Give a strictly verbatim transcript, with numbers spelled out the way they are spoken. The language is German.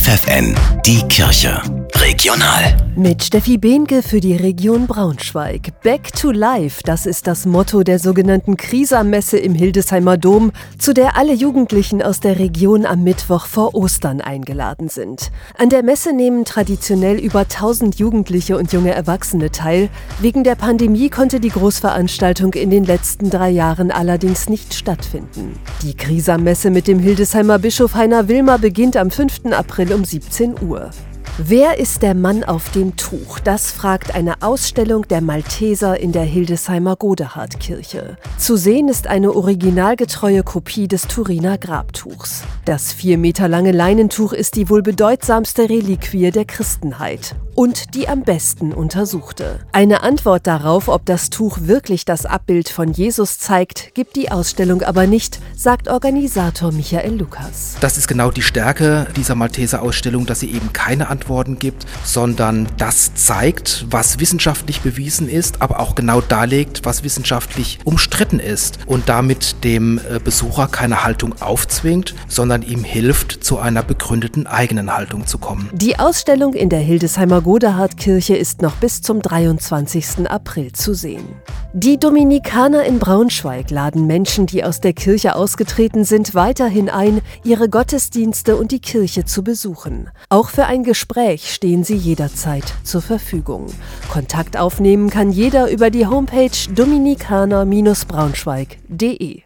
F F N, die Kirche. Regional. Mit Steffi Behnke für die Region Braunschweig. Back to Life, das ist das Motto der sogenannten Krisa-Messe im Hildesheimer Dom, zu der alle Jugendlichen aus der Region am Mittwoch vor Ostern eingeladen sind. An der Messe nehmen traditionell über tausend Jugendliche und junge Erwachsene teil. Wegen der Pandemie konnte die Großveranstaltung in den letzten drei Jahren allerdings nicht stattfinden. Die Krisa-Messe mit dem Hildesheimer Bischof Heiner Wilmer beginnt am fünften April um siebzehn Uhr. Wer ist der Mann auf dem Tuch? Das fragt eine Ausstellung der Malteser in der Hildesheimer Godehardkirche. Zu sehen ist eine originalgetreue Kopie des Turiner Grabtuchs. Das vier Meter lange Leinentuch ist die wohl bedeutsamste Reliquie der Christenheit und die am besten untersuchte. Eine Antwort darauf, ob das Tuch wirklich das Abbild von Jesus zeigt, gibt die Ausstellung aber nicht, sagt Organisator Michael Lukas. Das ist genau die Stärke dieser Malteser-Ausstellung, dass sie eben keine Antworten gibt, sondern das zeigt, was wissenschaftlich bewiesen ist, aber auch genau darlegt, was wissenschaftlich umstritten ist und damit dem Besucher keine Haltung aufzwingt, sondern ihm hilft, zu einer begründeten eigenen Haltung zu kommen. Die Ausstellung in der Hildesheimer Godehardkirche ist noch bis zum dreiundzwanzigsten April zu sehen. Die Dominikaner in Braunschweig laden Menschen, die aus der Kirche ausgetreten sind, weiterhin ein, ihre Gottesdienste und die Kirche zu besuchen. Auch für ein Gespräch stehen sie jederzeit zur Verfügung. Kontakt aufnehmen kann jeder über die Homepage dominikaner Bindestrich braunschweig punkt de.